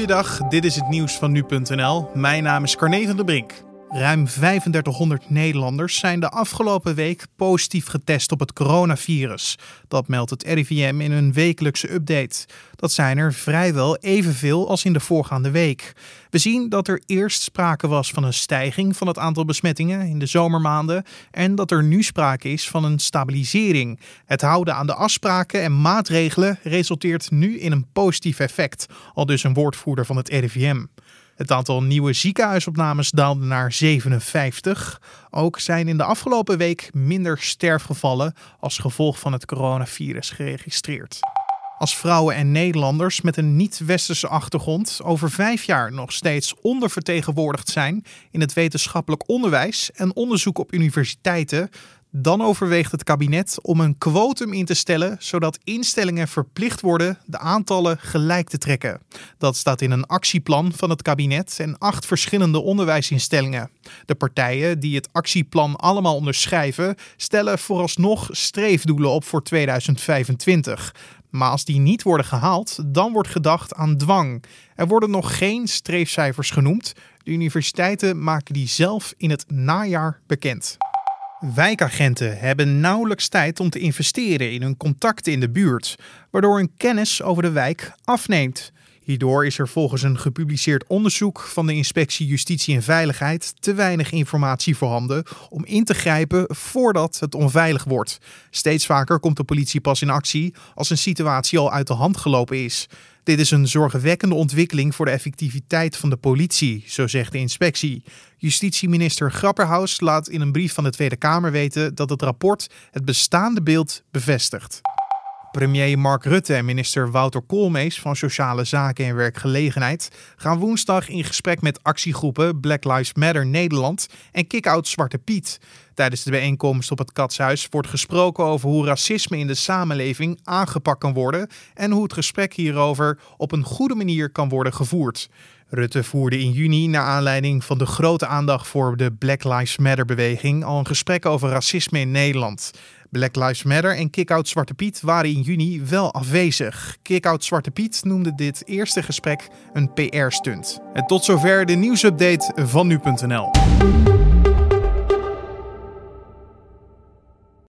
Goeiedag, dit is het nieuws van nu.nl. Mijn naam is Carne van der Brink. Ruim 3500 Nederlanders zijn de afgelopen week positief getest op het coronavirus. Dat meldt het RIVM in een wekelijkse update. Dat zijn er vrijwel evenveel als in de voorgaande week. We zien dat er eerst sprake was van een stijging van het aantal besmettingen in de zomermaanden en dat er nu sprake is van een stabilisering. Het houden aan de afspraken en maatregelen resulteert nu in een positief effect, aldus een woordvoerder van het RIVM. Het aantal nieuwe ziekenhuisopnames daalde naar 57. Ook zijn in de afgelopen week minder sterfgevallen als gevolg van het coronavirus geregistreerd. Als vrouwen en Nederlanders met een niet-westerse achtergrond over 5 jaar nog steeds ondervertegenwoordigd zijn in het wetenschappelijk onderwijs en onderzoek op universiteiten, dan overweegt het kabinet om een quotum in te stellen, zodat instellingen verplicht worden de aantallen gelijk te trekken. Dat staat in een actieplan van het kabinet en 8 verschillende onderwijsinstellingen. De partijen die het actieplan allemaal onderschrijven, stellen vooralsnog streefdoelen op voor 2025. Maar als die niet worden gehaald, dan wordt gedacht aan dwang. Er worden nog geen streefcijfers genoemd. De universiteiten maken die zelf in het najaar bekend. Wijkagenten hebben nauwelijks tijd om te investeren in hun contacten in de buurt, waardoor hun kennis over de wijk afneemt. Hierdoor is er volgens een gepubliceerd onderzoek van de Inspectie Justitie en Veiligheid te weinig informatie voorhanden om in te grijpen voordat het onveilig wordt. Steeds vaker komt de politie pas in actie als een situatie al uit de hand gelopen is. Dit is een zorgwekkende ontwikkeling voor de effectiviteit van de politie, zo zegt de inspectie. Justitieminister Grapperhaus laat in een brief van de Tweede Kamer weten dat het rapport het bestaande beeld bevestigt. Premier Mark Rutte en minister Wouter Koolmees van Sociale Zaken en Werkgelegenheid gaan woensdag in gesprek met actiegroepen Black Lives Matter Nederland en Kick-Out Zwarte Piet. Tijdens de bijeenkomst op het Katshuis wordt gesproken over hoe racisme in de samenleving aangepakt kan worden en hoe het gesprek hierover op een goede manier kan worden gevoerd. Rutte voerde in juni naar aanleiding van de grote aandacht voor de Black Lives Matter beweging al een gesprek over racisme in Nederland. Black Lives Matter en Kick-Out Zwarte Piet waren in juni wel afwezig. Kick-Out Zwarte Piet noemde dit eerste gesprek een PR-stunt. En tot zover de nieuwsupdate van nu.nl.